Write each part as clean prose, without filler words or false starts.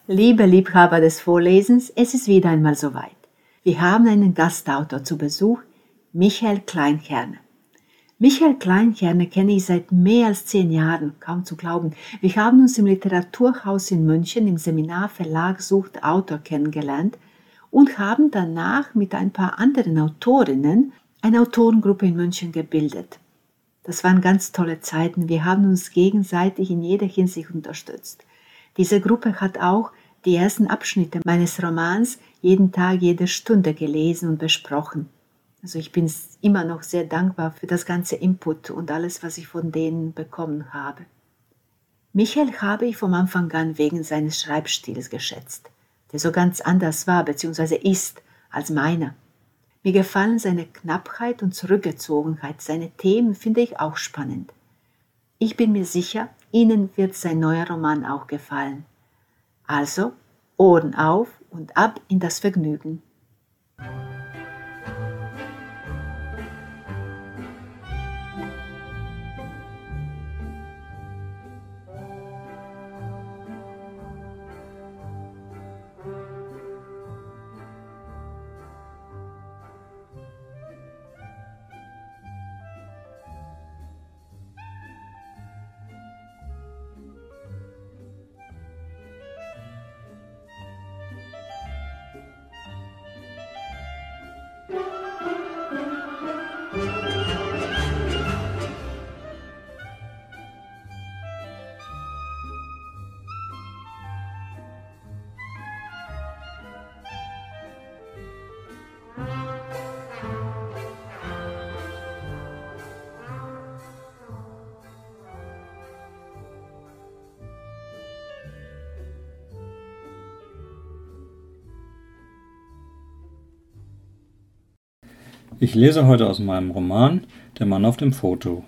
Liebe Liebhaber des Vorlesens, es ist wieder einmal soweit. Wir haben einen Gastautor zu Besuch, Michael Kleinkerner. Michael Kleinkerner kenne ich seit mehr als 10 Jahren, kaum zu glauben. Wir haben uns im Literaturhaus in München im Seminar Verlag sucht Autor kennengelernt und haben danach mit ein paar anderen Autorinnen eine Autorengruppe in München gebildet. Das waren ganz tolle Zeiten. Wir haben uns gegenseitig in jeder Hinsicht unterstützt. Diese Gruppe hat auch die ersten Abschnitte meines Romans jeden Tag, jede Stunde gelesen und besprochen. Also ich bin immer noch sehr dankbar für das ganze Input und alles, was ich von denen bekommen habe. Michael habe ich vom Anfang an wegen seines Schreibstils geschätzt, der so ganz anders war bzw. ist als meiner. Mir gefallen seine Knappheit und Zurückgezogenheit, seine Themen finde ich auch spannend. Ich bin mir sicher, Ihnen wird sein neuer Roman auch gefallen. Also, Ohren auf und ab in das Vergnügen. Ich lese heute aus meinem Roman Der Mann auf dem Foto.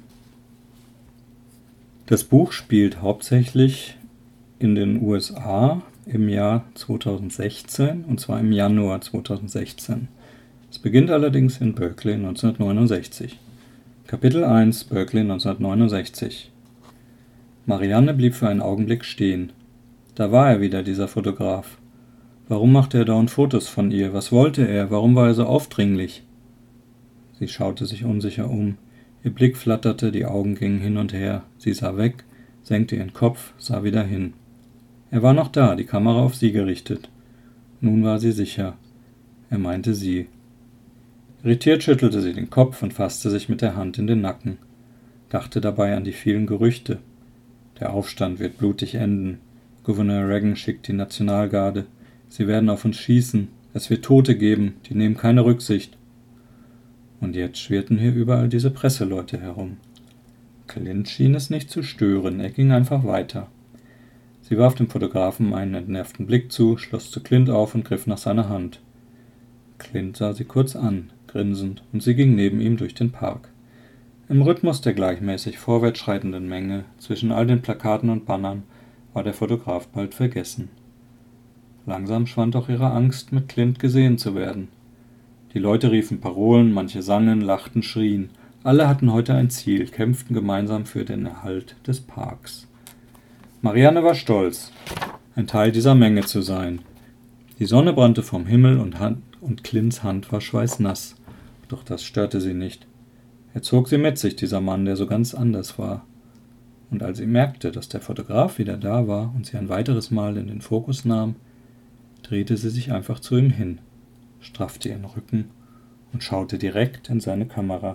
Das Buch spielt hauptsächlich in den USA im Jahr 2016, und zwar im Januar 2016. Es beginnt allerdings in Berkeley 1969. Kapitel 1, Berkeley 1969. Marianne blieb für einen Augenblick stehen. Da war er wieder, dieser Fotograf. Warum machte er dauernd Fotos von ihr? Was wollte er? Warum war er so aufdringlich? Sie schaute sich unsicher um. Ihr Blick flatterte, die Augen gingen hin und her. Sie sah weg, senkte ihren Kopf, sah wieder hin. Er war noch da, die Kamera auf sie gerichtet. Nun war sie sicher. Er meinte sie. Irritiert schüttelte sie den Kopf und fasste sich mit der Hand in den Nacken. Dachte dabei an die vielen Gerüchte. Der Aufstand wird blutig enden. Gouverneur Reagan schickt die Nationalgarde. Sie werden auf uns schießen. Es wird Tote geben, die nehmen keine Rücksicht. Und jetzt schwirrten hier überall diese Presseleute herum. Clint schien es nicht zu stören, er ging einfach weiter. Sie warf dem Fotografen einen entnervten Blick zu, schloss zu Clint auf und griff nach seiner Hand. Clint sah sie kurz an, grinsend, und sie ging neben ihm durch den Park. Im Rhythmus der gleichmäßig vorwärts schreitenden Menge, zwischen all den Plakaten und Bannern, war der Fotograf bald vergessen. Langsam schwand auch ihre Angst, mit Clint gesehen zu werden. Die Leute riefen Parolen, manche sangen, lachten, schrien. Alle hatten heute ein Ziel, kämpften gemeinsam für den Erhalt des Parks. Marianne war stolz, ein Teil dieser Menge zu sein. Die Sonne brannte vom Himmel und Clints Hand war schweißnass. Doch das störte sie nicht. Er zog sie mit sich, dieser Mann, der so ganz anders war. Und als sie merkte, dass der Fotograf wieder da war und sie ein weiteres Mal in den Fokus nahm, drehte sie sich einfach zu ihm hin, straffte ihren Rücken und schaute direkt in seine Kamera.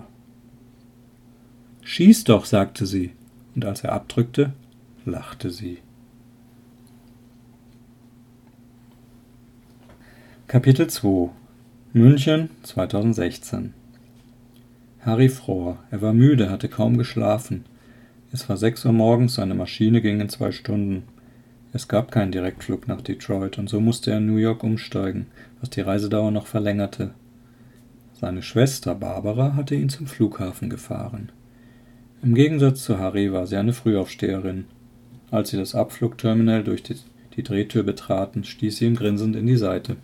»Schieß doch«, sagte sie, und als er abdrückte, lachte sie. Kapitel 2 München 2016. Harry fror. Er war müde, hatte kaum geschlafen. Es war 6 Uhr morgens, seine Maschine ging in 2 Stunden. Es gab keinen Direktflug nach Detroit und so musste er in New York umsteigen, was die Reisedauer noch verlängerte. Seine Schwester Barbara hatte ihn zum Flughafen gefahren. Im Gegensatz zu Harry war sie eine Frühaufsteherin. Als sie das Abflugterminal durch die Drehtür betraten, stieß sie ihm grinsend in die Seite.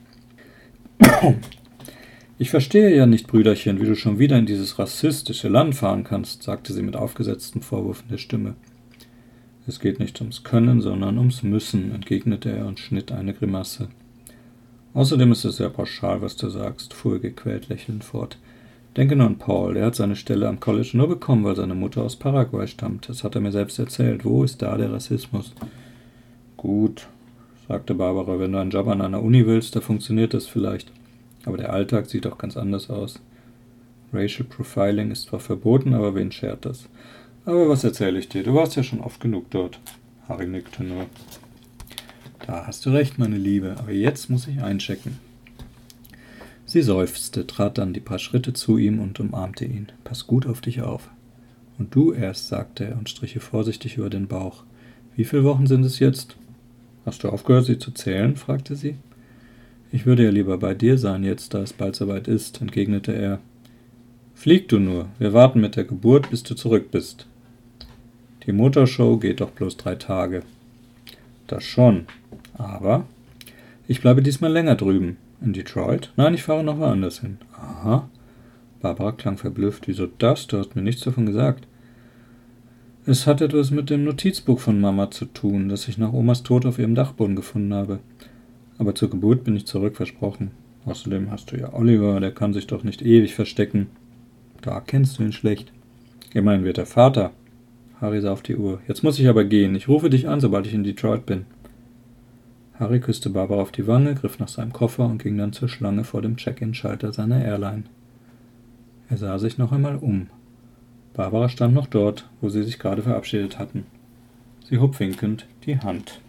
»Ich verstehe ja nicht, Brüderchen, wie du schon wieder in dieses rassistische Land fahren kannst«, sagte sie mit aufgesetztem Vorwurf in der Stimme. Es geht nicht ums Können, sondern ums Müssen, entgegnete er und schnitt eine Grimasse. Außerdem ist es sehr pauschal, was du sagst, fuhr er gequält lächelnd fort. Denke nur an Paul, er hat seine Stelle am College nur bekommen, weil seine Mutter aus Paraguay stammt. Das hat er mir selbst erzählt. Wo ist da der Rassismus? Gut, sagte Barbara, wenn du einen Job an einer Uni willst, da funktioniert das vielleicht. Aber der Alltag sieht doch ganz anders aus. Racial Profiling ist zwar verboten, aber wen schert das? Aber was erzähle ich dir? Du warst ja schon oft genug dort. Harry nickte nur. Da hast du recht, meine Liebe, aber jetzt muss ich einchecken. Sie seufzte, trat dann die paar Schritte zu ihm und umarmte ihn. Pass gut auf dich auf. Und du erst, sagte er und strich ihr vorsichtig über den Bauch. Wie viele Wochen sind es jetzt? Hast du aufgehört, sie zu zählen? Fragte sie. Ich würde ja lieber bei dir sein jetzt, da es bald soweit ist, entgegnete er. Flieg du nur, wir warten mit der Geburt, bis du zurück bist. Die Motorshow geht doch bloß 3 Tage. Das schon, aber ich bleibe diesmal länger drüben. In Detroit? Nein, ich fahre noch woanders hin. Aha. Barbara klang verblüfft. Wieso das? Du hast mir nichts davon gesagt. Es hat etwas mit dem Notizbuch von Mama zu tun, das ich nach Omas Tod auf ihrem Dachboden gefunden habe. Aber zur Geburt bin ich zurück, versprochen. Außerdem hast du ja Oliver, der kann sich doch nicht ewig verstecken. Da kennst du ihn schlecht. Immerhin wird er Vater. Harry sah auf die Uhr. Jetzt muss ich aber gehen. Ich rufe dich an, sobald ich in Detroit bin. Harry küsste Barbara auf die Wange, griff nach seinem Koffer und ging dann zur Schlange vor dem Check-in-Schalter seiner Airline. Er sah sich noch einmal um. Barbara stand noch dort, wo sie sich gerade verabschiedet hatten. Sie hob winkend die Hand.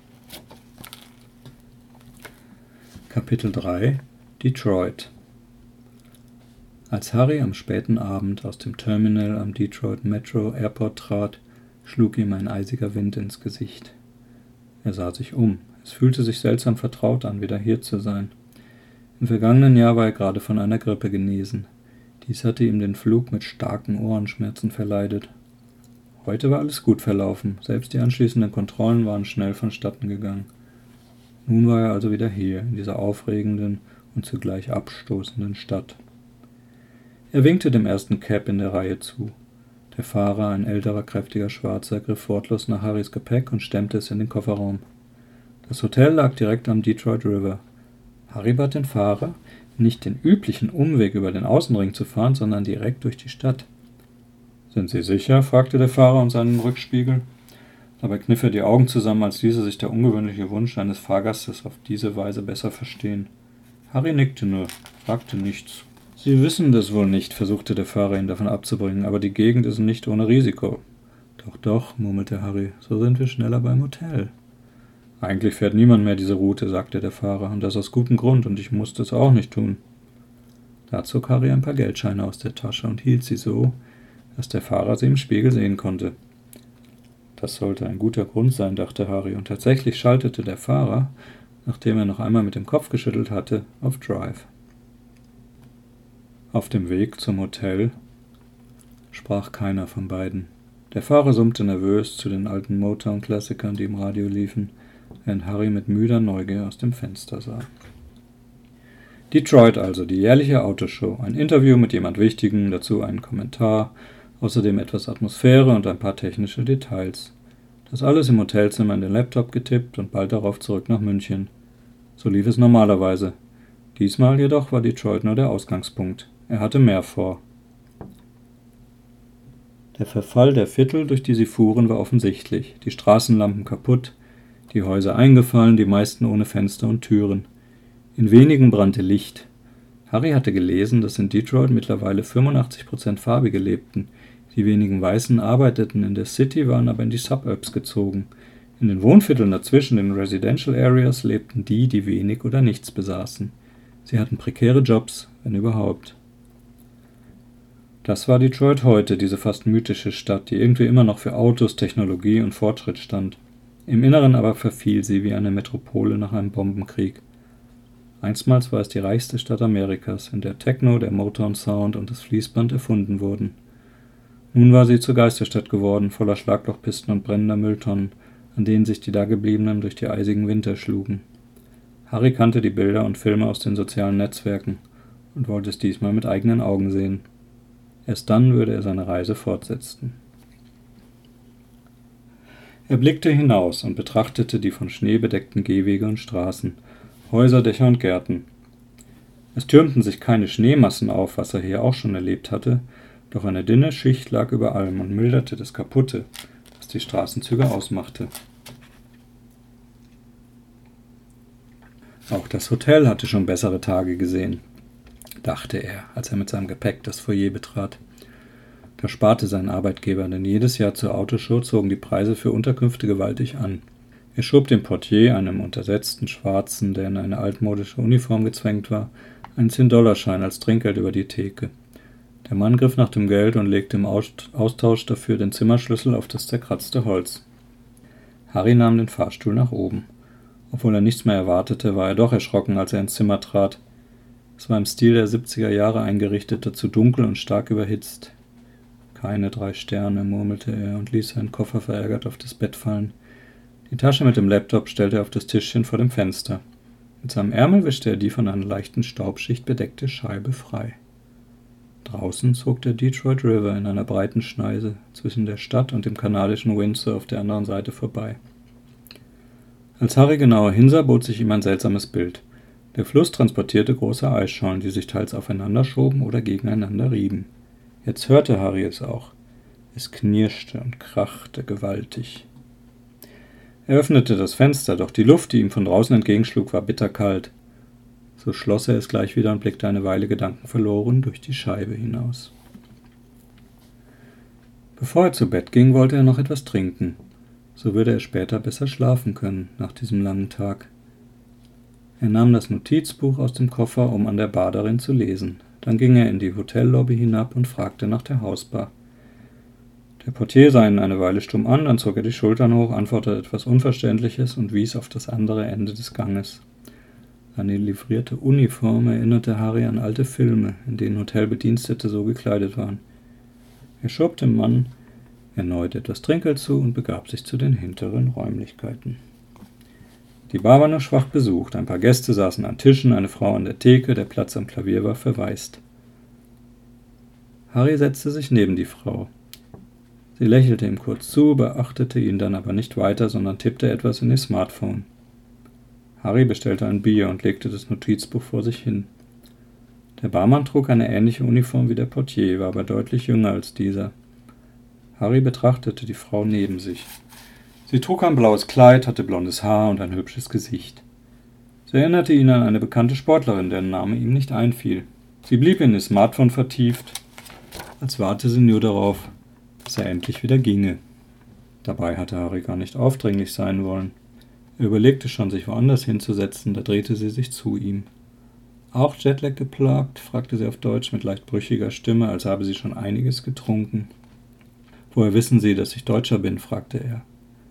Kapitel 3 Detroit. Als Harry am späten Abend aus dem Terminal am Detroit Metro Airport trat, schlug ihm ein eisiger Wind ins Gesicht. Er sah sich um. Es fühlte sich seltsam vertraut an, wieder hier zu sein. Im vergangenen Jahr war er gerade von einer Grippe genesen. Dies hatte ihm den Flug mit starken Ohrenschmerzen verleidet. Heute war alles gut verlaufen, selbst die anschließenden Kontrollen waren schnell vonstatten gegangen. Nun war er also wieder hier, in dieser aufregenden und zugleich abstoßenden Stadt. Er winkte dem ersten Cab in der Reihe zu. Der Fahrer, ein älterer, kräftiger Schwarzer, griff wortlos nach Harrys Gepäck und stemmte es in den Kofferraum. Das Hotel lag direkt am Detroit River. Harry bat den Fahrer, nicht den üblichen Umweg über den Außenring zu fahren, sondern direkt durch die Stadt. »Sind Sie sicher?« fragte der Fahrer und seinen Rückspiegel. Dabei kniff er die Augen zusammen, als ließe sich der ungewöhnliche Wunsch eines Fahrgastes auf diese Weise besser verstehen. Harry nickte nur, fragte nichts. »Sie wissen das wohl nicht«, versuchte der Fahrer ihn davon abzubringen, »aber die Gegend ist nicht ohne Risiko.« »Doch, doch«, murmelte Harry, »so sind wir schneller beim Hotel.« »Eigentlich fährt niemand mehr diese Route«, sagte der Fahrer, »und das aus gutem Grund, und ich musste es auch nicht tun.« Da zog Harry ein paar Geldscheine aus der Tasche und hielt sie so, dass der Fahrer sie im Spiegel sehen konnte. Das sollte ein guter Grund sein, dachte Harry, und tatsächlich schaltete der Fahrer, nachdem er noch einmal mit dem Kopf geschüttelt hatte, auf Drive. Auf dem Weg zum Hotel sprach keiner von beiden. Der Fahrer summte nervös zu den alten Motown-Klassikern, die im Radio liefen, während Harry mit müder Neugier aus dem Fenster sah. Detroit also, die jährliche Autoshow, ein Interview mit jemand Wichtigem, dazu einen Kommentar, außerdem etwas Atmosphäre und ein paar technische Details. Das alles im Hotelzimmer in den Laptop getippt und bald darauf zurück nach München. So lief es normalerweise. Diesmal jedoch war Detroit nur der Ausgangspunkt. Er hatte mehr vor. Der Verfall der Viertel, durch die sie fuhren, war offensichtlich. Die Straßenlampen kaputt, die Häuser eingefallen, die meisten ohne Fenster und Türen. In wenigen brannte Licht. Harry hatte gelesen, dass in Detroit mittlerweile 85% Farbige lebten. Die wenigen Weißen arbeiteten in der City, waren aber in die Suburbs gezogen. In den Wohnvierteln dazwischen, den Residential Areas, lebten die, die wenig oder nichts besaßen. Sie hatten prekäre Jobs, wenn überhaupt. Das war Detroit heute, diese fast mythische Stadt, die irgendwie immer noch für Autos, Technologie und Fortschritt stand. Im Inneren aber verfiel sie wie eine Metropole nach einem Bombenkrieg. Einstmals war es die reichste Stadt Amerikas, in der Techno, der Motown-Sound und das Fließband erfunden wurden. Nun war sie zur Geisterstadt geworden, voller Schlaglochpisten und brennender Mülltonnen, an denen sich die Dagebliebenen durch die eisigen Winter schlugen. Harry kannte die Bilder und Filme aus den sozialen Netzwerken und wollte es diesmal mit eigenen Augen sehen. Erst dann würde er seine Reise fortsetzen. Er blickte hinaus und betrachtete die von Schnee bedeckten Gehwege und Straßen, Häuser, Dächer und Gärten. Es türmten sich keine Schneemassen auf, was er hier auch schon erlebt hatte, doch eine dünne Schicht lag über allem und milderte das Kaputte, was die Straßenzüge ausmachte. Auch das Hotel hatte schon bessere Tage gesehen, dachte er, als er mit seinem Gepäck das Foyer betrat. Da sparte sein Arbeitgeber, denn jedes Jahr zur Autoshow zogen die Preise für Unterkünfte gewaltig an. Er schob dem Portier, einem untersetzten Schwarzen, der in eine altmodische Uniform gezwängt war, einen 10-Dollar-Schein als Trinkgeld über die Theke. Der Mann griff nach dem Geld und legte im Austausch dafür den Zimmerschlüssel auf das zerkratzte Holz. Harry nahm den Fahrstuhl nach oben. Obwohl er nichts mehr erwartete, war er doch erschrocken, als er ins Zimmer trat. Es war im Stil der 70er Jahre eingerichtet, dazu dunkel und stark überhitzt. Keine 3 Sterne, murmelte er und ließ seinen Koffer verärgert auf das Bett fallen. Die Tasche mit dem Laptop stellte er auf das Tischchen vor dem Fenster. Mit seinem Ärmel wischte er die von einer leichten Staubschicht bedeckte Scheibe frei. Draußen zog der Detroit River in einer breiten Schneise zwischen der Stadt und dem kanadischen Windsor auf der anderen Seite vorbei. Als Harry genauer hinsah, bot sich ihm ein seltsames Bild. Der Fluss transportierte große Eisschollen, die sich teils aufeinander schoben oder gegeneinander rieben. Jetzt hörte Harry es auch. Es knirschte und krachte gewaltig. Er öffnete das Fenster, doch die Luft, die ihm von draußen entgegenschlug, war bitterkalt. So schloss er es gleich wieder und blickte eine Weile gedankenverloren durch die Scheibe hinaus. Bevor er zu Bett ging, wollte er noch etwas trinken. So würde er später besser schlafen können nach diesem langen Tag. Er nahm das Notizbuch aus dem Koffer, um an der Bar darin zu lesen. Dann ging er in die Hotellobby hinab und fragte nach der Hausbar. Der Portier sah ihn eine Weile stumm an, dann zog er die Schultern hoch, antwortete etwas Unverständliches und wies auf das andere Ende des Ganges. Eine livrierte Uniform erinnerte Harry an alte Filme, in denen Hotelbedienstete so gekleidet waren. Er schob dem Mann erneut etwas Trinkgeld zu und begab sich zu den hinteren Räumlichkeiten. Die Bar war nur schwach besucht, ein paar Gäste saßen an Tischen, eine Frau an der Theke, der Platz am Klavier war verwaist. Harry setzte sich neben die Frau. Sie lächelte ihm kurz zu, beachtete ihn dann aber nicht weiter, sondern tippte etwas in ihr Smartphone. Harry bestellte ein Bier und legte das Notizbuch vor sich hin. Der Barmann trug eine ähnliche Uniform wie der Portier, war aber deutlich jünger als dieser. Harry betrachtete die Frau neben sich. Sie trug ein blaues Kleid, hatte blondes Haar und ein hübsches Gesicht. Sie erinnerte ihn an eine bekannte Sportlerin, deren Name ihm nicht einfiel. Sie blieb in ihr Smartphone vertieft, als warte sie nur darauf, dass er endlich wieder ginge. Dabei hatte Harry gar nicht aufdringlich sein wollen. Er überlegte schon, sich woanders hinzusetzen, da drehte sie sich zu ihm. »Auch Jetlag geplagt?« fragte sie auf Deutsch mit leicht brüchiger Stimme, als habe sie schon einiges getrunken. »Woher wissen Sie, dass ich Deutscher bin?« fragte er.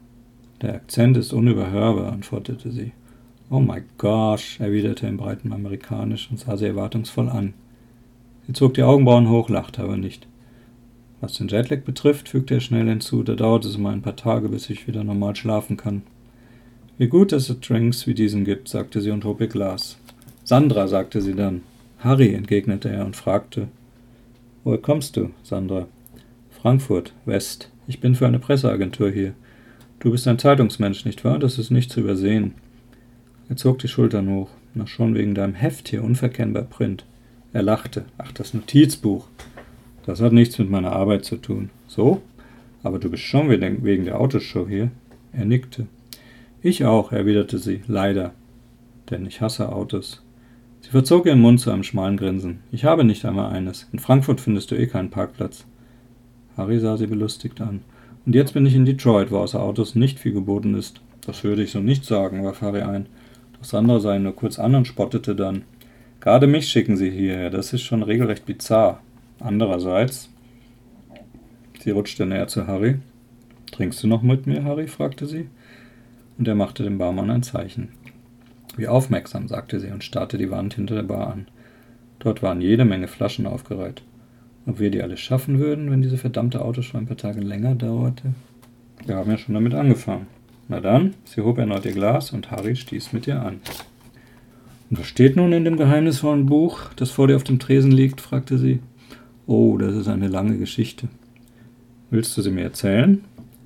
»Der Akzent ist unüberhörbar«, antwortete sie. »Oh my gosh«, erwiderte er in breitem Amerikanisch und sah sie erwartungsvoll an. Sie zog die Augenbrauen hoch, lachte aber nicht. »Was den Jetlag betrifft«, fügte er schnell hinzu, »da dauert es mal ein paar Tage, bis ich wieder normal schlafen kann.« »Wie gut, dass es Drinks wie diesen gibt«, sagte sie und hob ihr Glas. »Sandra«, sagte sie dann. »Harry«, entgegnete er und fragte. »Woher kommst du, Sandra?« »Frankfurt, West. Ich bin für eine Presseagentur hier. Du bist ein Zeitungsmensch, nicht wahr? Das ist nicht zu übersehen.« Er zog die Schultern hoch. »Na, schon wegen deinem Heft hier, unverkennbar Print.« Er lachte. »Ach, das Notizbuch. Das hat nichts mit meiner Arbeit zu tun.« »So? Aber du bist schon wegen der Autoshow hier.« Er nickte. »Ich auch«, erwiderte sie. »Leider. Denn ich hasse Autos.« Sie verzog ihren Mund zu einem schmalen Grinsen. »Ich habe nicht einmal eines. In Frankfurt findest du eh keinen Parkplatz.« Harry sah sie belustigt an. »Und jetzt bin ich in Detroit, wo außer Autos nicht viel geboten ist.« »Das würde ich so nicht sagen«, warf Harry ein. Doch Sandra sah ihn nur kurz an und spottete dann. »Gerade mich schicken Sie hierher, das ist schon regelrecht bizarr. Andererseits...« Sie rutschte näher zu Harry. »Trinkst du noch mit mir, Harry?« fragte sie. Und er machte dem Barmann ein Zeichen. »Wie aufmerksam«, sagte sie und starrte die Wand hinter der Bar an. Dort waren jede Menge Flaschen aufgereiht. Ob wir die alle schaffen würden, wenn diese verdammte Autoshow ein paar Tage länger dauerte? Wir haben ja schon damit angefangen. Na dann, sie hob erneut ihr Glas und Harry stieß mit ihr an. »Und was steht nun in dem geheimnisvollen Buch, das vor dir auf dem Tresen liegt?« fragte sie. »Oh, das ist eine lange Geschichte.« »Willst du sie mir erzählen?«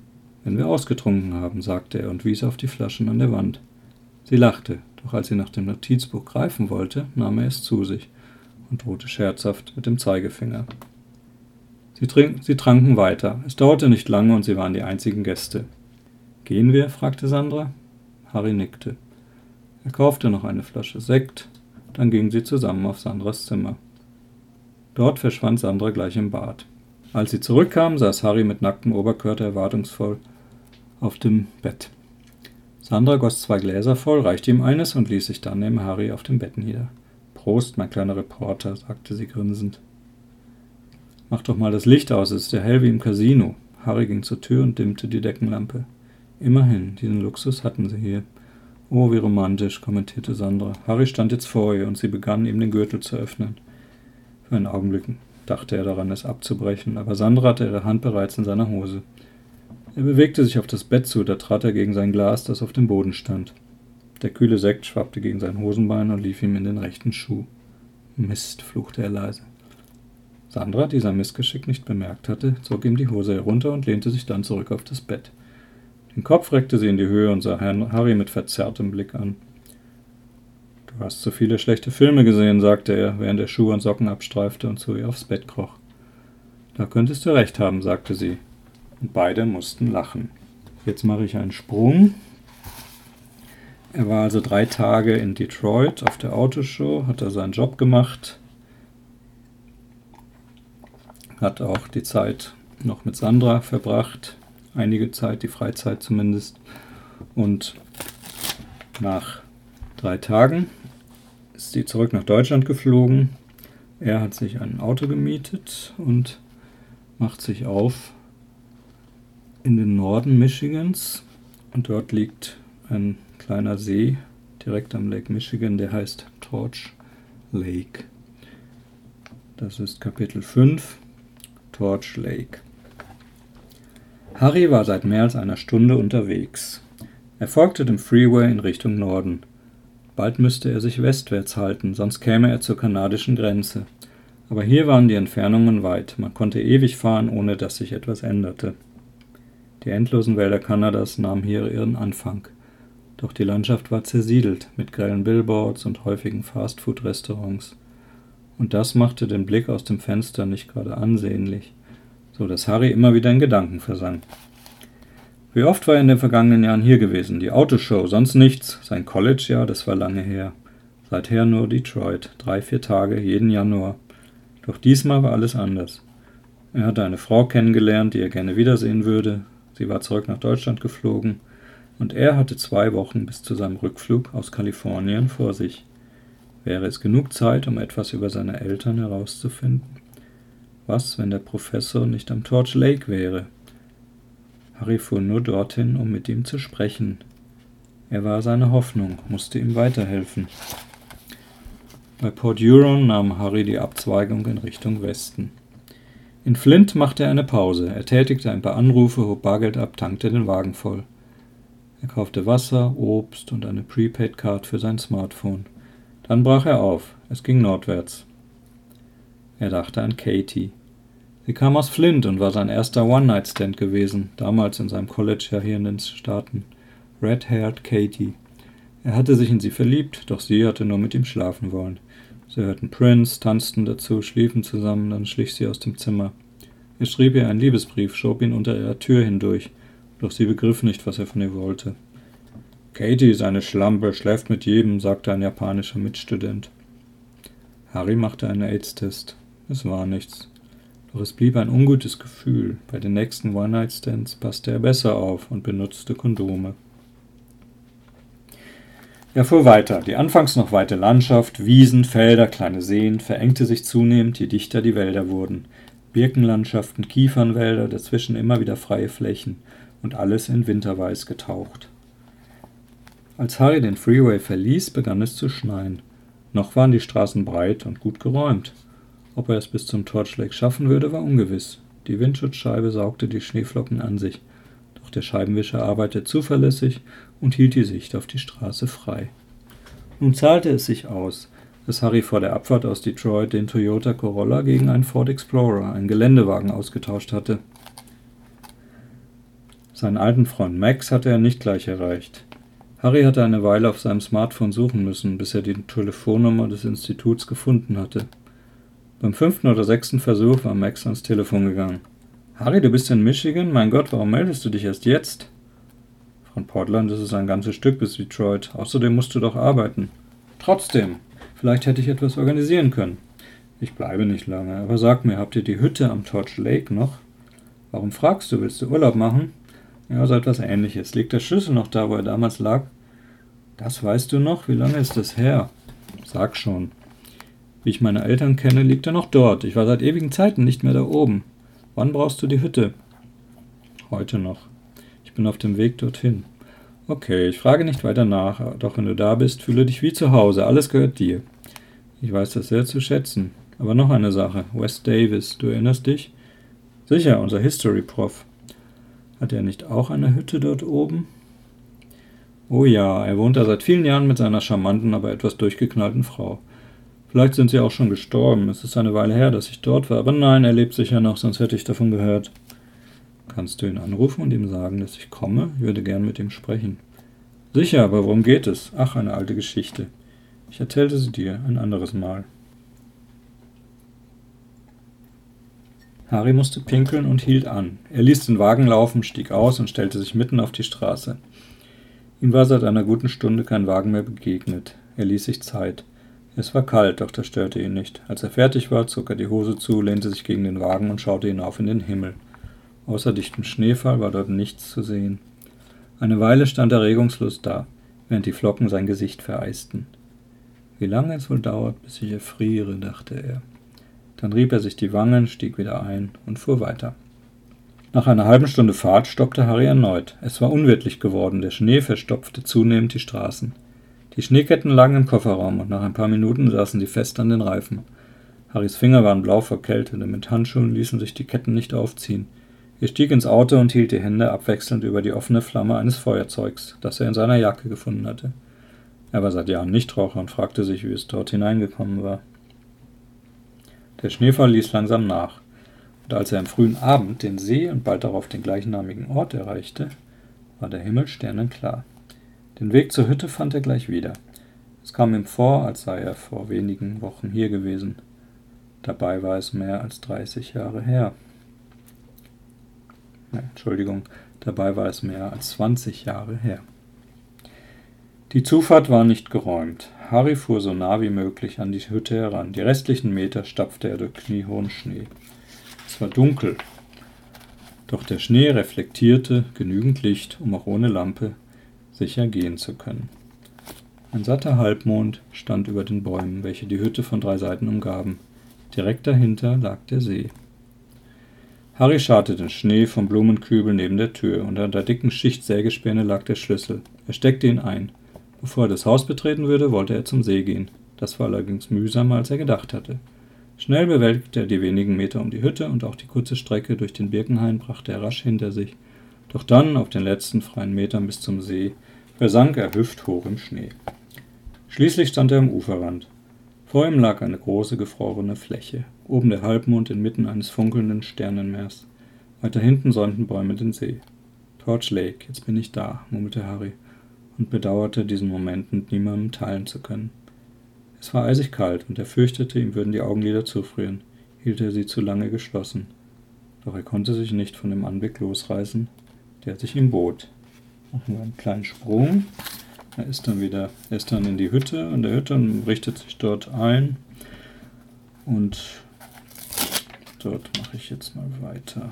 »Wenn wir ausgetrunken haben«, sagte er und wies auf die Flaschen an der Wand. Sie lachte, doch als sie nach dem Notizbuch greifen wollte, nahm er es zu sich und drohte scherzhaft mit dem Zeigefinger. Sie tranken weiter. Es dauerte nicht lange und sie waren die einzigen Gäste. »Gehen wir?« fragte Sandra. Harry nickte. Er kaufte noch eine Flasche Sekt, dann gingen sie zusammen auf Sandras Zimmer. Dort verschwand Sandra gleich im Bad. Als sie zurückkam, saß Harry mit nacktem Oberkörper erwartungsvoll auf dem Bett. Sandra goss 2 Gläser voll, reichte ihm eines und ließ sich dann neben Harry auf dem Bett nieder. »Prost, mein kleiner Reporter«, sagte sie grinsend. »Mach doch mal das Licht aus, es ist ja hell wie im Casino.« Harry ging zur Tür und dimmte die Deckenlampe. »Immerhin, diesen Luxus hatten sie hier.« »Oh, wie romantisch«, kommentierte Sandra. Harry stand jetzt vor ihr und sie begann, ihm den Gürtel zu öffnen. Für einen Augenblick dachte er daran, es abzubrechen, aber Sandra hatte ihre Hand bereits in seiner Hose. Er bewegte sich auf das Bett zu, da trat er gegen sein Glas, das auf dem Boden stand. Der kühle Sekt schwappte gegen sein Hosenbein und lief ihm in den rechten Schuh. »Mist«, fluchte er leise. Sandra, die sein Missgeschick nicht bemerkt hatte, zog ihm die Hose herunter und lehnte sich dann zurück auf das Bett. Den Kopf reckte sie in die Höhe und sah Harry mit verzerrtem Blick an. »Du hast so viele schlechte Filme gesehen«, sagte er, während er Schuhe und Socken abstreifte und zu ihr aufs Bett kroch. »Da könntest du recht haben«, sagte sie, und beide mussten lachen. Jetzt mache ich einen Sprung. Er war also 3 Tage in Detroit auf der Autoshow, hat seinen Job gemacht, hat auch die Zeit noch mit Sandra verbracht, einige Zeit, die Freizeit zumindest, und nach 3 Tagen ist sie zurück nach Deutschland geflogen. Er hat sich ein Auto gemietet und macht sich auf in den Norden Michigans, und dort liegt ein kleiner See direkt am Lake Michigan, der heißt Torch Lake. Das ist Kapitel 5, Torch Lake. Harry war seit mehr als einer Stunde unterwegs. Er folgte dem Freeway in Richtung Norden. Bald müsste er sich westwärts halten, sonst käme er zur kanadischen Grenze. Aber hier waren die Entfernungen weit, man konnte ewig fahren, ohne dass sich etwas änderte. Die endlosen Wälder Kanadas nahmen hier ihren Anfang. Doch die Landschaft war zersiedelt, mit grellen Billboards und häufigen Fastfood-Restaurants. Und das machte den Blick aus dem Fenster nicht gerade ansehnlich, so dass Harry immer wieder in Gedanken versank. Wie oft war er in den vergangenen Jahren hier gewesen? Die Autoshow, sonst nichts. Sein College-Jahr, das war lange her. Seither nur Detroit, 3-4 Tage, jeden Januar. Doch diesmal war alles anders. Er hatte eine Frau kennengelernt, die er gerne wiedersehen würde. Sie war zurück nach Deutschland geflogen. Und er hatte 2 Wochen bis zu seinem Rückflug aus Kalifornien vor sich. Wäre es genug Zeit, um etwas über seine Eltern herauszufinden? Was, wenn der Professor nicht am Torch Lake wäre? Harry fuhr nur dorthin, um mit ihm zu sprechen. Er war seine Hoffnung, musste ihm weiterhelfen. Bei Port Huron nahm Harry die Abzweigung in Richtung Westen. In Flint machte er eine Pause. Er tätigte ein paar Anrufe, hob Bargeld ab, tankte den Wagen voll. Er kaufte Wasser, Obst und eine Prepaid-Card für sein Smartphone. Dann brach er auf. Es ging nordwärts. Er dachte an Katie. Sie kam aus Flint und war sein erster One-Night-Stand gewesen, damals in seinem College-Jahr hier in den Staaten. Red-haired Katie. Er hatte sich in sie verliebt, doch sie hatte nur mit ihm schlafen wollen. Sie hörten Prince, tanzten dazu, schliefen zusammen, dann schlich sie aus dem Zimmer. Er schrieb ihr einen Liebesbrief, schob ihn unter ihrer Tür hindurch, doch sie begriff nicht, was er von ihr wollte. »Katie ist eine Schlampe, schläft mit jedem«, sagte ein japanischer Mitstudent. Harry machte einen AIDS-Test. Es war nichts. Doch es blieb ein ungutes Gefühl. Bei den nächsten One-Night-Stands passte er besser auf und benutzte Kondome. Er fuhr weiter. Die anfangs noch weite Landschaft, Wiesen, Felder, kleine Seen, verengte sich zunehmend, je dichter die Wälder wurden. Birkenlandschaften, Kiefernwälder, dazwischen immer wieder freie Flächen und alles in Winterweiß getaucht. Als Harry den Freeway verließ, begann es zu schneien. Noch waren die Straßen breit und gut geräumt. Ob er es bis zum Torch Lake schaffen würde, war ungewiss. Die Windschutzscheibe saugte die Schneeflocken an sich, doch der Scheibenwischer arbeitete zuverlässig und hielt die Sicht auf die Straße frei. Nun zahlte es sich aus, dass Harry vor der Abfahrt aus Detroit den Toyota Corolla gegen einen Ford Explorer, einen Geländewagen, ausgetauscht hatte. Seinen alten Freund Max hatte er nicht gleich erreicht. Harry hatte eine Weile auf seinem Smartphone suchen müssen, bis er die Telefonnummer des Instituts gefunden hatte. Beim 5. oder 6. Versuch war Max ans Telefon gegangen. »Harry, du bist in Michigan? Mein Gott, warum meldest du dich erst jetzt?« »Von Portland ist es ein ganzes Stück bis Detroit. Außerdem musst du doch arbeiten.« »Trotzdem, vielleicht hätte ich etwas organisieren können.« »Ich bleibe nicht lange, aber sag mir, habt ihr die Hütte am Torch Lake noch?« »Warum fragst du? Willst du Urlaub machen?« »Ja, so etwas Ähnliches. Liegt der Schlüssel noch da, wo er damals lag?« »Das weißt du noch? Wie lange ist das her?« »Sag schon. Wie ich meine Eltern kenne, liegt er noch dort. Ich war seit ewigen Zeiten nicht mehr da oben. Wann brauchst du die Hütte?« »Heute noch. Ich bin auf dem Weg dorthin.« »Okay, ich frage nicht weiter nach, doch wenn du da bist, fühle dich wie zu Hause. Alles gehört dir.« »Ich weiß das sehr zu schätzen. Aber noch eine Sache. Wes Davis, du erinnerst dich?« »Sicher, unser History-Prof. Hat er nicht auch eine Hütte dort oben?« »Oh ja, er wohnt da seit vielen Jahren mit seiner charmanten, aber etwas durchgeknallten Frau. Vielleicht sind sie auch schon gestorben. Es ist eine Weile her, dass ich dort war. Aber nein, er lebt sicher noch, sonst hätte ich davon gehört.« »Kannst du ihn anrufen und ihm sagen, dass ich komme? Ich würde gern mit ihm sprechen.« »Sicher, aber worum geht es? Ach, eine alte Geschichte. Ich erzählte sie dir ein anderes Mal.« Harry musste pinkeln und hielt an. Er ließ den Wagen laufen, stieg aus und stellte sich mitten auf die Straße. Ihm war seit einer guten Stunde kein Wagen mehr begegnet. Er ließ sich Zeit. Es war kalt, doch das störte ihn nicht. Als er fertig war, zog er die Hose zu, lehnte sich gegen den Wagen und schaute hinauf in den Himmel. Außer dichtem Schneefall war dort nichts zu sehen. Eine Weile stand er regungslos da, während die Flocken sein Gesicht vereisten. »Wie lange es wohl dauert, bis ich erfriere«, dachte er. Dann rieb er sich die Wangen, stieg wieder ein und fuhr weiter. Nach einer halben Stunde Fahrt stoppte Harry erneut. Es war unwirtlich geworden, der Schnee verstopfte zunehmend die Straßen. Die Schneeketten lagen im Kofferraum und nach ein paar Minuten saßen sie fest an den Reifen. Harrys Finger waren blau vor Kälte, denn mit Handschuhen ließen sich die Ketten nicht aufziehen. Er stieg ins Auto und hielt die Hände abwechselnd über die offene Flamme eines Feuerzeugs, das er in seiner Jacke gefunden hatte. Er war seit Jahren Nichtraucher und fragte sich, wie es dort hineingekommen war. Der Schneefall ließ langsam nach, und als er am frühen Abend den See und bald darauf den gleichnamigen Ort erreichte, war der Himmel sternenklar. Den Weg zur Hütte fand er gleich wieder. Es kam ihm vor, als sei er vor wenigen Wochen hier gewesen. Dabei war es mehr als 30 Jahre her. Dabei war es mehr als 20 Jahre her. Die Zufahrt war nicht geräumt. Harry fuhr so nah wie möglich an die Hütte heran. Die restlichen Meter stapfte er durch kniehohen Schnee. Es war dunkel, doch der Schnee reflektierte genügend Licht, um auch ohne Lampe sicher gehen zu können. Ein satter Halbmond stand über den Bäumen, welche die Hütte von 3 Seiten umgaben. Direkt dahinter lag der See. Harry scharte den Schnee vom Blumenkübel neben der Tür. Unter der dicken Schicht Sägespäne lag der Schlüssel. Er steckte ihn ein. Bevor er das Haus betreten würde, wollte er zum See gehen. Das war allerdings mühsamer, als er gedacht hatte. Schnell bewältigte er die wenigen Meter um die Hütte und auch die kurze Strecke durch den Birkenhain brachte er rasch hinter sich. Doch dann, auf den letzten freien Metern bis zum See, versank er hüfthoch im Schnee. Schließlich stand er am Uferrand. Vor ihm lag eine große gefrorene Fläche, oben der Halbmond inmitten eines funkelnden Sternenmeers. Weiter hinten säumten Bäume den See. »Torch Lake, jetzt bin ich da«, murmelte Harry und bedauerte, diesen Moment mit niemandem teilen zu können. Es war eisig kalt und er fürchtete, ihm würden die Augenlider zufrieren, hielt er sie zu lange geschlossen. Doch er konnte sich nicht von dem Anblick losreißen, der sich ihm bot. Machen wir einen kleinen Sprung. Er ist dann in die Hütte, an der Hütte und richtet sich dort ein. Und dort mache ich jetzt mal weiter.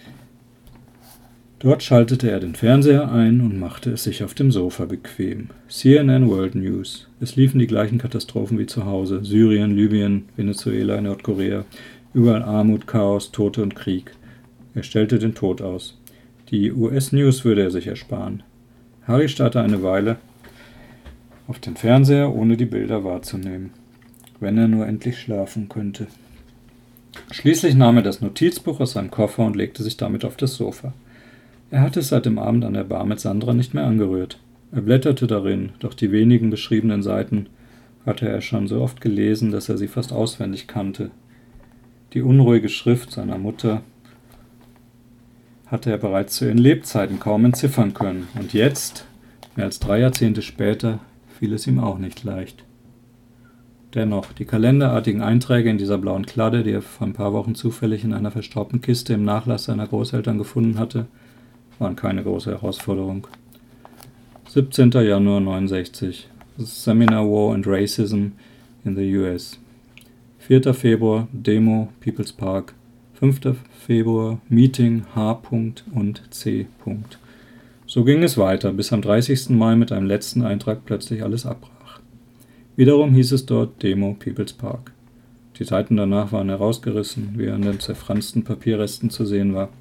Dort schaltete er den Fernseher ein und machte es sich auf dem Sofa bequem. CNN World News. Es liefen die gleichen Katastrophen wie zu Hause. Syrien, Libyen, Venezuela, Nordkorea. Überall Armut, Chaos, Tote und Krieg. Er stellte den Tod aus. Die US-News würde er sich ersparen. Harry starrte eine Weile auf den Fernseher, ohne die Bilder wahrzunehmen. Wenn er nur endlich schlafen könnte. Schließlich nahm er das Notizbuch aus seinem Koffer und legte sich damit auf das Sofa. Er hatte es seit dem Abend an der Bar mit Sandra nicht mehr angerührt. Er blätterte darin, doch die wenigen beschriebenen Seiten hatte er schon so oft gelesen, dass er sie fast auswendig kannte. Die unruhige Schrift seiner Mutter hatte er bereits zu ihren Lebzeiten kaum entziffern können. Und jetzt, mehr als 3 Jahrzehnte später, fiel es ihm auch nicht leicht. Dennoch, die kalenderartigen Einträge in dieser blauen Kladde, die er vor ein paar Wochen zufällig in einer verstaubten Kiste im Nachlass seiner Großeltern gefunden hatte, waren keine große Herausforderung. 17. Januar 1969, Seminar War and Racism in the US. 4. Februar, Demo, People's Park. 5. Februar, Meeting, H. und C. So ging es weiter, bis am 30. Mai mit einem letzten Eintrag plötzlich alles abbrach. Wiederum hieß es dort Demo, People's Park. Die Seiten danach waren herausgerissen, wie er an den zerfransten Papierresten zu sehen war.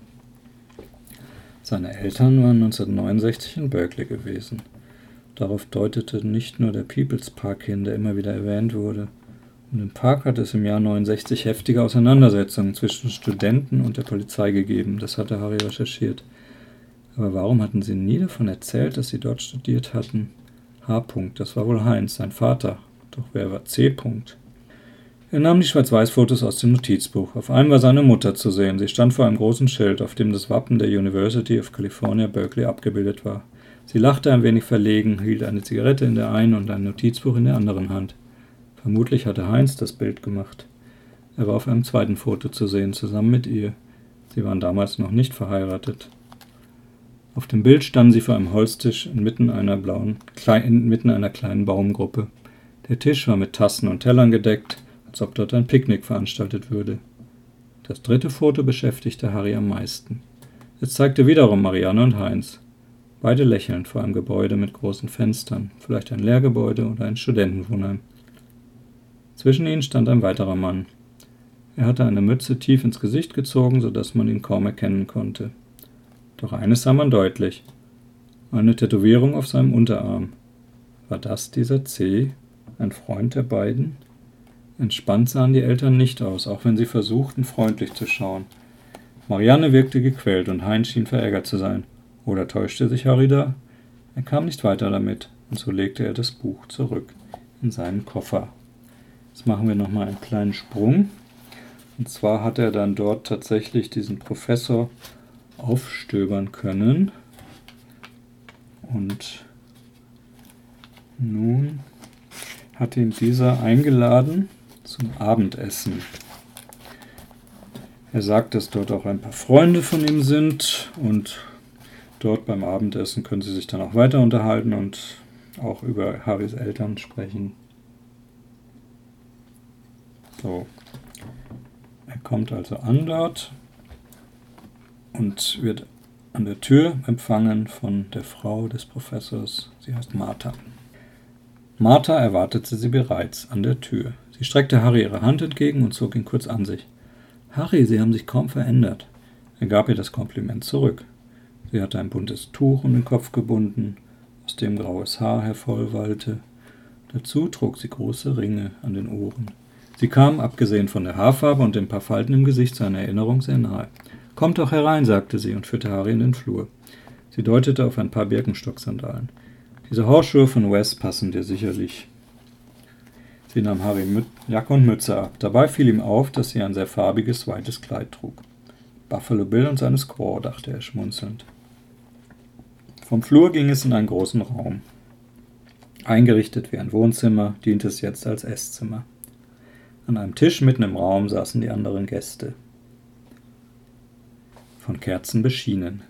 Seine Eltern waren 1969 in Berkeley gewesen. Darauf deutete nicht nur der People's Park hin, der immer wieder erwähnt wurde. Und im Park hat es im Jahr 69 heftige Auseinandersetzungen zwischen Studenten und der Polizei gegeben. Das hatte Harry recherchiert. Aber warum hatten sie nie davon erzählt, dass sie dort studiert hatten? H. Das war wohl Heinz, sein Vater. Doch wer war C. Er nahm die Schwarz-Weiß-Fotos aus dem Notizbuch. Auf einem war seine Mutter zu sehen. Sie stand vor einem großen Schild, auf dem das Wappen der University of California, Berkeley abgebildet war. Sie lachte ein wenig verlegen, hielt eine Zigarette in der einen und ein Notizbuch in der anderen Hand. Vermutlich hatte Heinz das Bild gemacht. Er war auf einem zweiten Foto zu sehen, zusammen mit ihr. Sie waren damals noch nicht verheiratet. Auf dem Bild standen sie vor einem Holztisch inmitten einer kleinen Baumgruppe. Der Tisch war mit Tassen und Tellern gedeckt, als ob dort ein Picknick veranstaltet würde. Das dritte Foto beschäftigte Harry am meisten. Es zeigte wiederum Marianne und Heinz. Beide lächelnd vor einem Gebäude mit großen Fenstern, vielleicht ein Lehrgebäude oder ein Studentenwohnheim. Zwischen ihnen stand ein weiterer Mann. Er hatte eine Mütze tief ins Gesicht gezogen, sodass man ihn kaum erkennen konnte. Doch eines sah man deutlich: eine Tätowierung auf seinem Unterarm. War das dieser C., ein Freund der beiden? Entspannt sahen die Eltern nicht aus, auch wenn sie versuchten, freundlich zu schauen. Marianne wirkte gequält und Heinz schien verärgert zu sein. Oder täuschte sich Harry da? Er kam nicht weiter damit, und so legte er das Buch zurück in seinen Koffer. Jetzt machen wir nochmal einen kleinen Sprung. Und zwar hat er dann dort tatsächlich diesen Professor aufstöbern können. Und nun hat ihn dieser eingeladen zum Abendessen. Er sagt, dass dort auch ein paar Freunde von ihm sind und dort beim Abendessen können sie sich dann auch weiter unterhalten und auch über Harrys Eltern sprechen. So. Er kommt also an dort und wird an der Tür empfangen von der Frau des Professors. Sie heißt Martha. Martha erwartete sie bereits an der Tür. Sie streckte Harry ihre Hand entgegen und zog ihn kurz an sich. »Harry, Sie haben sich kaum verändert.« Er gab ihr das Kompliment zurück. Sie hatte ein buntes Tuch um den Kopf gebunden, aus dem graues Haar hervorwallte. Dazu trug sie große Ringe an den Ohren. Sie kam, abgesehen von der Haarfarbe und den paar Falten im Gesicht, seiner Erinnerung sehr nahe. »Kommt doch herein«, sagte sie und führte Harry in den Flur. Sie deutete auf ein paar Birkenstock-Sandalen. »Diese Hausschuhe von Wes passen dir sicherlich.« Sie nahm Harry Jacke und Mütze ab. Dabei fiel ihm auf, dass sie ein sehr farbiges, weites Kleid trug. »Buffalo Bill und seine Squaw«, dachte er schmunzelnd. Vom Flur ging es in einen großen Raum. Eingerichtet wie ein Wohnzimmer, diente es jetzt als Esszimmer. An einem Tisch mitten im Raum saßen die anderen Gäste. Von Kerzen beschienen.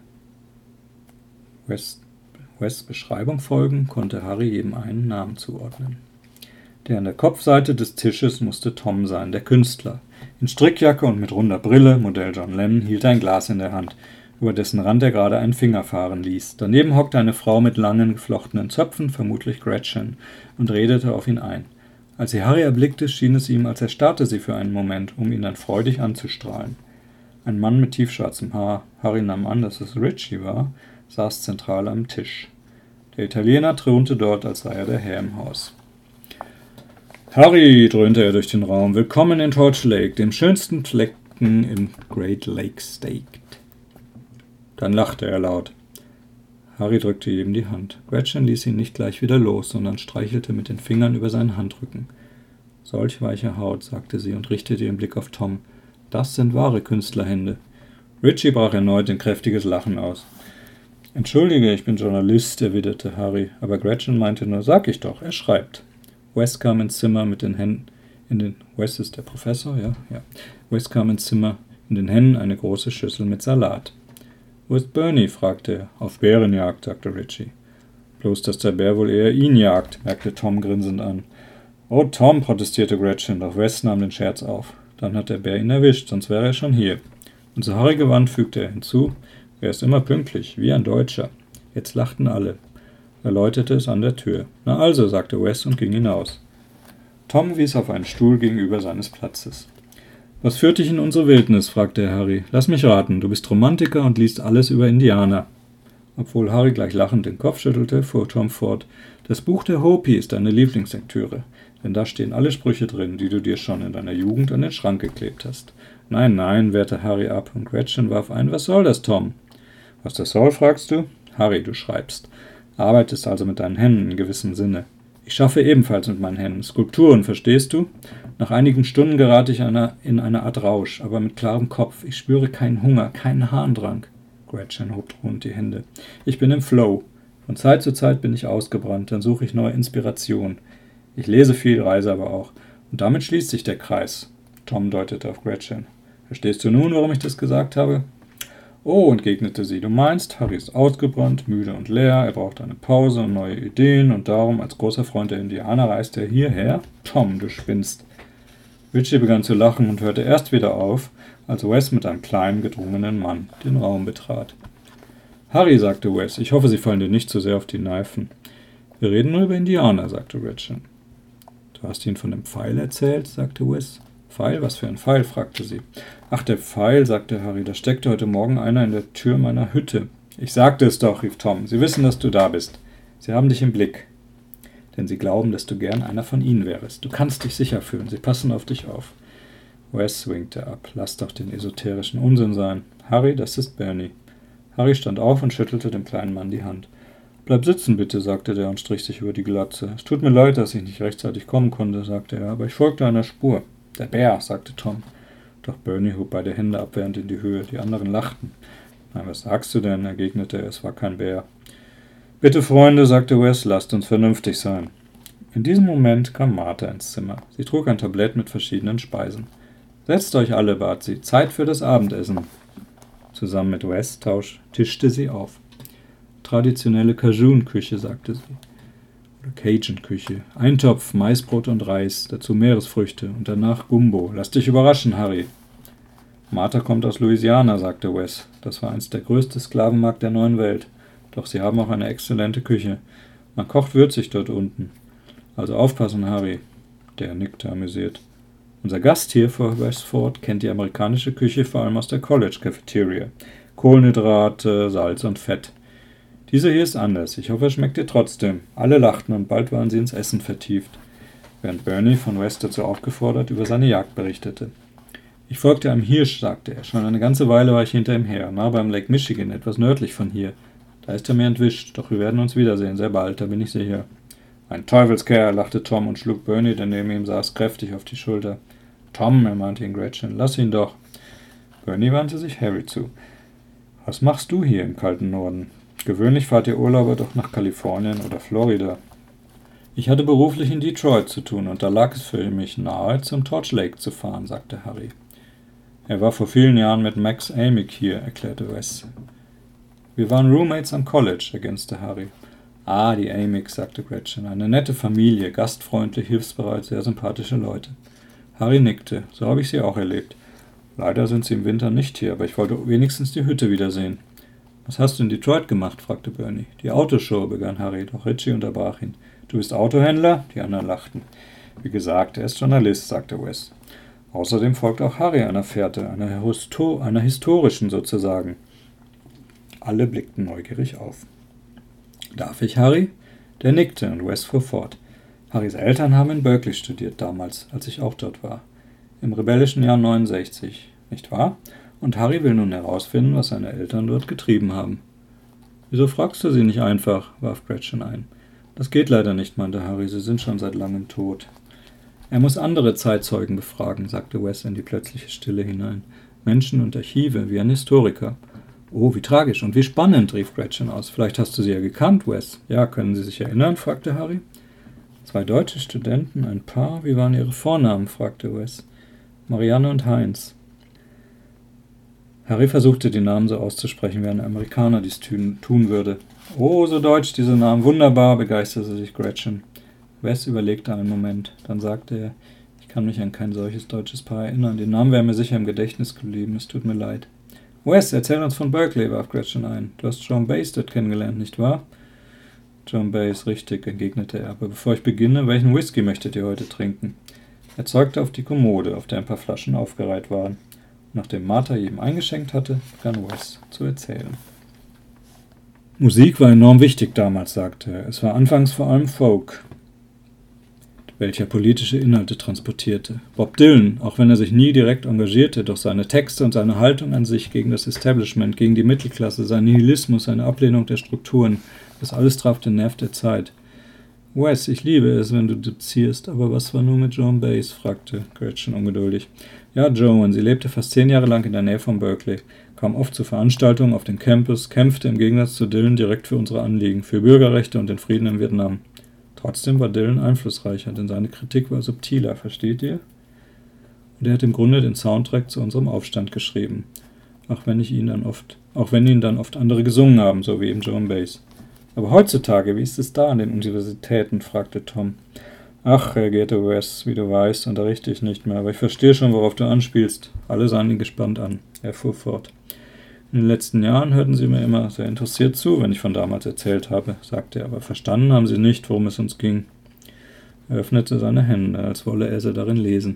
Wes' Beschreibung folgen, konnte Harry jedem einen Namen zuordnen. Der an der Kopfseite des Tisches musste Tom sein, der Künstler. In Strickjacke und mit runder Brille, Modell John Lennon, hielt er ein Glas in der Hand, über dessen Rand er gerade einen Finger fahren ließ. Daneben hockte eine Frau mit langen, geflochtenen Zöpfen, vermutlich Gretchen, und redete auf ihn ein. Als sie Harry erblickte, schien es ihm, als erstarrte sie für einen Moment, um ihn dann freudig anzustrahlen. Ein Mann mit tiefschwarzem Haar, Harry nahm an, dass es Richie war, saß zentral am Tisch. Der Italiener thronte dort, als sei er der Herr im Haus. »Harry«, dröhnte er durch den Raum, »willkommen in Torch Lake, dem schönsten Flecken im Great Lake State.« Dann lachte er laut. Harry drückte ihm die Hand. Gretchen ließ ihn nicht gleich wieder los, sondern streichelte mit den Fingern über seinen Handrücken. »Solch weiche Haut«, sagte sie und richtete ihren Blick auf Tom. »Das sind wahre Künstlerhände.« Richie brach erneut in kräftiges Lachen aus. »Entschuldige, ich bin Journalist«, erwiderte Harry, aber Gretchen meinte nur, »Sag ich doch, er schreibt.« Wes kam ins Zimmer mit den Händen Wes ist der Professor, ja. Wes kam ins Zimmer, in den Händen eine große Schüssel mit Salat. »Wo ist Bernie?« fragte er. »Auf Bärenjagd«, sagte Richie. »Bloß, dass der Bär wohl eher ihn jagt«, merkte Tom grinsend an. »Oh, Tom«, protestierte Gretchen, doch Wes nahm den Scherz auf. »Dann hat der Bär ihn erwischt, sonst wäre er schon hier.« Und zu Harry gewandt fügte er hinzu, »Er ist immer pünktlich, wie ein Deutscher.« Jetzt lachten alle. Er läutete es an der Tür. »Na also«, sagte Wes und ging hinaus. Tom wies auf einen Stuhl gegenüber seines Platzes. »Was führt dich in unsere Wildnis?« fragte er Harry. »Lass mich raten, du bist Romantiker und liest alles über Indianer.« Obwohl Harry gleich lachend den Kopf schüttelte, fuhr Tom fort. »Das Buch der Hopi ist deine Lieblingslektüre, denn da stehen alle Sprüche drin, die du dir schon in deiner Jugend an den Schrank geklebt hast.« »Nein, nein«, wehrte Harry ab, und Gretchen warf ein, »Was soll das, Tom?« »Was das soll, fragst du?« »Harry, du schreibst. Arbeitest also mit deinen Händen in gewissem Sinne. Ich schaffe ebenfalls mit meinen Händen. Skulpturen, verstehst du? Nach einigen Stunden gerate ich in eine Art Rausch, aber mit klarem Kopf. Ich spüre keinen Hunger, keinen Harndrang.« Gretchen hob drohend die Hände. »Ich bin im Flow. Von Zeit zu Zeit bin ich ausgebrannt, dann suche ich neue Inspiration. Ich lese viel, reise aber auch. Und damit schließt sich der Kreis.« Tom deutete auf Gretchen. »Verstehst du nun, warum ich das gesagt habe?« »Oh«, entgegnete sie, »du meinst, Harry ist ausgebrannt, müde und leer, er braucht eine Pause und neue Ideen und darum, als großer Freund der Indianer, reist er hierher? Tom, du spinnst.« Richie begann zu lachen und hörte erst wieder auf, als Wes mit einem kleinen, gedrungenen Mann den Raum betrat. »Harry«, sagte Wes, »ich hoffe, Sie fallen dir nicht zu sehr auf die Nerven.« »Wir reden nur über Indianer«, sagte Gretchen. »Du hast ihnen von dem Pfeil erzählt«, sagte Wes. »Pfeil? Was für ein Pfeil?« fragte sie. »Ach, der Pfeil«, sagte Harry, »da steckte heute Morgen einer in der Tür meiner Hütte.« »Ich sagte es doch«, rief Tom, »Sie wissen, dass du da bist. Sie haben dich im Blick. Denn sie glauben, dass du gern einer von ihnen wärest. Du kannst dich sicher fühlen, sie passen auf dich auf.« Wes winkte ab. »Lass doch den esoterischen Unsinn sein. Harry, das ist Bernie.« Harry stand auf und schüttelte dem kleinen Mann die Hand. »Bleib sitzen, bitte«, sagte der und strich sich über die Glatze. »Es tut mir leid, dass ich nicht rechtzeitig kommen konnte«, sagte er, »aber ich folgte einer Spur.« »Der Bär«, sagte Tom. Doch Bernie hob beide Hände abwehrend in die Höhe. Die anderen lachten. »Nein, was sagst du denn?«, erwiderte er, »es war kein Bär.« »Bitte, Freunde«, sagte Wes, »lasst uns vernünftig sein.« In diesem Moment kam Martha ins Zimmer. Sie trug ein Tablett mit verschiedenen Speisen. »Setzt euch alle«, bat sie, »Zeit für das Abendessen.« Zusammen mit Wes tischte sie auf. »Traditionelle Cajun-Küche«, sagte sie. Oder Cajun-Küche. Eintopf, Maisbrot und Reis, dazu Meeresfrüchte und danach Gumbo. Lass dich überraschen, Harry. Martha kommt aus Louisiana, sagte Wes. Das war einst der größte Sklavenmarkt der neuen Welt. Doch sie haben auch eine exzellente Küche. Man kocht würzig dort unten. Also aufpassen, Harry. Der nickte amüsiert. Unser Gast hier, fuhr Wes fort, kennt die amerikanische Küche vor allem aus der College Cafeteria. Kohlenhydrate, Salz und Fett. Dieser hier ist anders. Ich hoffe, es schmeckt dir trotzdem. Alle lachten und bald waren sie ins Essen vertieft, während Bernie von Wes dazu aufgefordert über seine Jagd berichtete. »Ich folgte einem Hirsch«, sagte er. »Schon eine ganze Weile war ich hinter ihm her, nah beim Lake Michigan, etwas nördlich von hier. Da ist er mir entwischt, doch wir werden uns wiedersehen, sehr bald, da bin ich sicher.« »Ein Teufelskerl«, lachte Tom und schlug Bernie, der neben ihm saß, kräftig auf die Schulter. »Tom«, ermahnte ihn Gretchen, »lass ihn doch.« Bernie wandte sich Harry zu. »Was machst du hier im kalten Norden? Gewöhnlich fahrt ihr Urlauber doch nach Kalifornien oder Florida.« »Ich hatte beruflich in Detroit zu tun, und da lag es für mich nahe, zum Torch Lake zu fahren«, sagte Harry. »Er war vor vielen Jahren mit Max Amick hier«, erklärte Wes. »Wir waren Roommates am College«, ergänzte Harry. »Ah, die Amicks«, sagte Gretchen. »Eine nette Familie, gastfreundlich, hilfsbereit, sehr sympathische Leute.« Harry nickte. »So habe ich sie auch erlebt. Leider sind sie im Winter nicht hier, aber ich wollte wenigstens die Hütte wiedersehen.« »Was hast du in Detroit gemacht?«, fragte Bernie. »Die Autoshow«, begann Harry, doch Richie unterbrach ihn. »Du bist Autohändler?«, die anderen lachten. »Wie gesagt, er ist Journalist«, sagte Wes. »Außerdem folgt auch Harry einer Fährte, einer historischen sozusagen.« Alle blickten neugierig auf. »Darf ich, Harry?« Der nickte und Wes fuhr fort. »Harrys Eltern haben in Berkeley studiert damals, als ich auch dort war. Im rebellischen Jahr 69, nicht wahr? Und Harry will nun herausfinden, was seine Eltern dort getrieben haben.« »Wieso fragst du sie nicht einfach?«, warf Gretchen ein. »Das geht leider nicht«, meinte Harry, »sie sind schon seit langem tot.« »Er muss andere Zeitzeugen befragen«, sagte Wes in die plötzliche Stille hinein. Menschen und Archive wie ein Historiker. »Oh, wie tragisch und wie spannend«, rief Gretchen aus. »Vielleicht hast du sie ja gekannt, Wes.« »Ja, können Sie sich erinnern?« fragte Harry. »2 deutsche Studenten, ein Paar. Wie waren ihre Vornamen?« fragte Wes. »Marianne und Heinz.« Harry versuchte, die Namen so auszusprechen, wie ein Amerikaner dies tun würde. »Oh, so deutsch, diese Namen. Wunderbar«, begeisterte sich Gretchen. Wes überlegte einen Moment. Dann sagte er, »Ich kann mich an kein solches deutsches Paar erinnern. Die Namen wären mir sicher im Gedächtnis geblieben. Es tut mir leid.« »Wes, erzähl uns von Berkeley«, warf Gretchen ein. »Du hast Joan Baez dort kennengelernt, nicht wahr?« »Joan Baez, richtig«, entgegnete er. »Aber bevor ich beginne, welchen Whisky möchtet ihr heute trinken?« Er zeigte auf die Kommode, auf der ein paar Flaschen aufgereiht waren. Nachdem Martha jedem eingeschenkt hatte, begann Wes zu erzählen. Musik war enorm wichtig damals, sagte er. Es war anfangs vor allem Folk, welcher politische Inhalte transportierte. Bob Dylan, auch wenn er sich nie direkt engagierte, doch seine Texte und seine Haltung an sich gegen das Establishment, gegen die Mittelklasse, sein Nihilismus, seine Ablehnung der Strukturen, das alles traf den Nerv der Zeit. »Wes, ich liebe es, wenn du dozierst, aber was war nur mit Joan Baez?« fragte Gretchen ungeduldig. »Ja, Joan, sie lebte fast 10 Jahre lang in der Nähe von Berkeley, kam oft zu Veranstaltungen auf dem Campus, kämpfte im Gegensatz zu Dylan direkt für unsere Anliegen, für Bürgerrechte und den Frieden in Vietnam. Trotzdem war Dylan einflussreicher, denn seine Kritik war subtiler, versteht ihr? Und er hat im Grunde den Soundtrack zu unserem Aufstand geschrieben, auch wenn ihn dann oft andere gesungen haben, so wie eben Joan Baez. Aber heutzutage, wie ist es da an den Universitäten?« fragte Tom. »Ach«, reagierte Wes, »wie du weißt, unterrichte ich nicht mehr, aber ich verstehe schon, worauf du anspielst.« Alle sahen ihn gespannt an. Er fuhr fort. »In den letzten Jahren hörten sie mir immer sehr interessiert zu, wenn ich von damals erzählt habe«, sagte er, »aber verstanden haben sie nicht, worum es uns ging.« Er öffnete seine Hände, als wolle er darin lesen.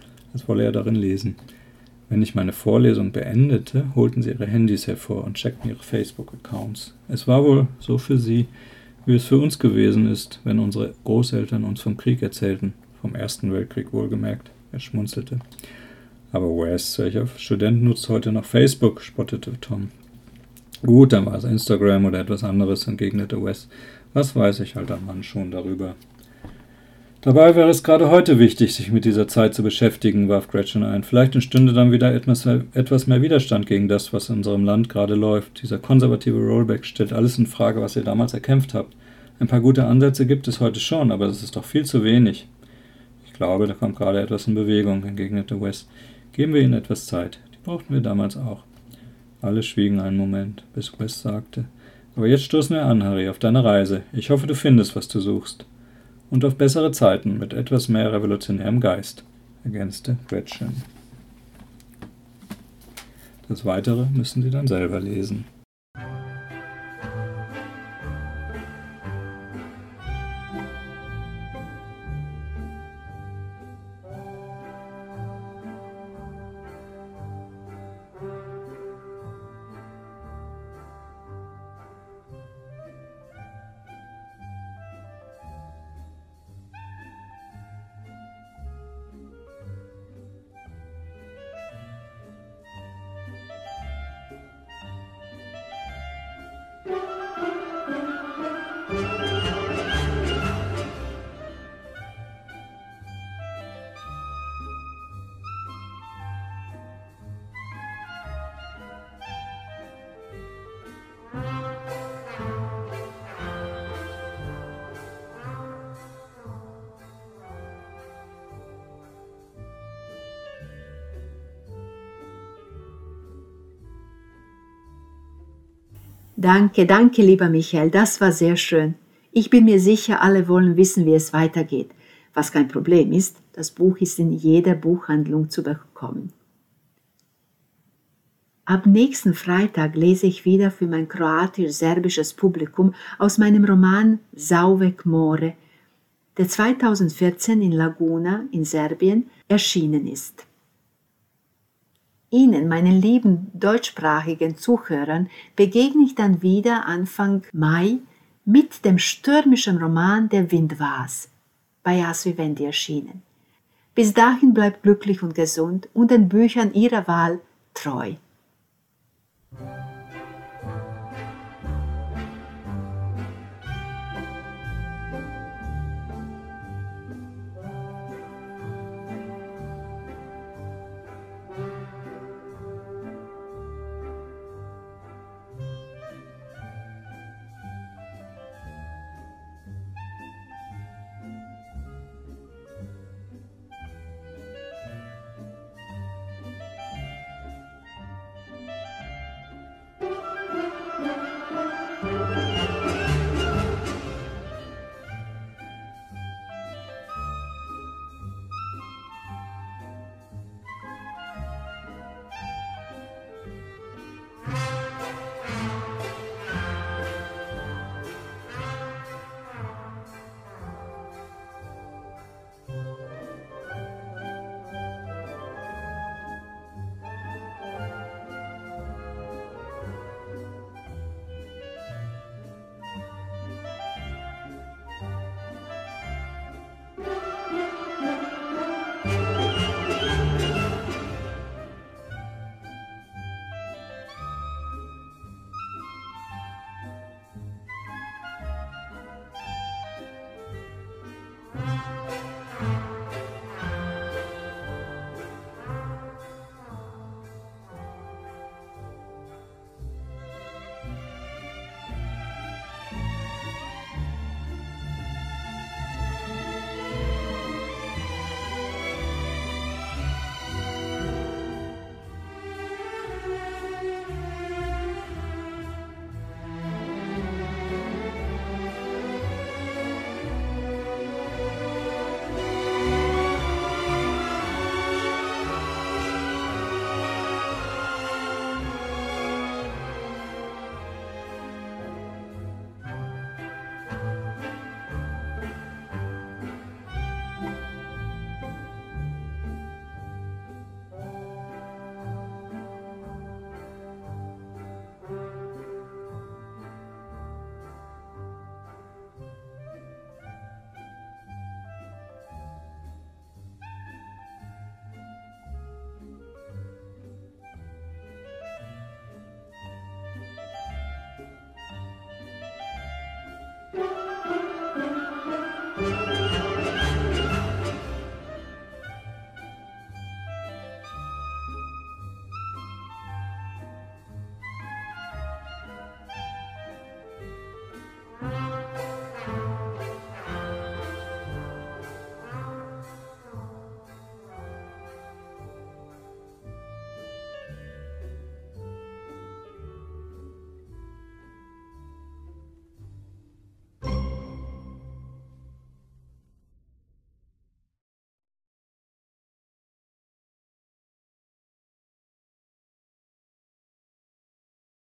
Wenn ich meine Vorlesung beendete, holten sie ihre Handys hervor und checkten ihre Facebook-Accounts. Es war wohl so für sie, wie es für uns gewesen ist, wenn unsere Großeltern uns vom Krieg erzählten, vom Ersten Weltkrieg wohlgemerkt. Er schmunzelte. »Aber Wes, welcher Student nutzt heute noch Facebook?«, spottete Tom. »Gut, dann war es Instagram oder etwas anderes«, entgegnete Wes. »Was weiß ich, alter Mann, schon darüber?« »Dabei wäre es gerade heute wichtig, sich mit dieser Zeit zu beschäftigen«, warf Gretchen ein. »Vielleicht entstünde dann wieder etwas mehr Widerstand gegen das, was in unserem Land gerade läuft. Dieser konservative Rollback stellt alles in Frage, was ihr damals erkämpft habt. Ein paar gute Ansätze gibt es heute schon, aber das ist doch viel zu wenig.« »Ich glaube, da kommt gerade etwas in Bewegung«, entgegnete Wes. »Geben wir ihnen etwas Zeit. Die brauchten wir damals auch.« Alle schwiegen einen Moment, bis Wes sagte, »Aber jetzt stoßen wir an, Harry, auf deine Reise. Ich hoffe, du findest, was du suchst. Und auf bessere Zeiten mit etwas mehr revolutionärem Geist«, ergänzte Gretchen. Das Weitere müssen Sie dann selber lesen. Danke, lieber Michael, das war sehr schön. Ich bin mir sicher, alle wollen wissen, wie es weitergeht. Was kein Problem ist, das Buch ist in jeder Buchhandlung zu bekommen. Ab nächsten Freitag lese ich wieder für mein kroatisch-serbisches Publikum aus meinem Roman Zauvek More, der 2014 in Laguna in Serbien erschienen ist. Ihnen, meinen lieben deutschsprachigen Zuhörern, begegne ich dann wieder Anfang Mai mit dem stürmischen Roman Der Wind war's, bei As Vivendi erschienen. Bis dahin bleibt glücklich und gesund und den Büchern Ihrer Wahl treu.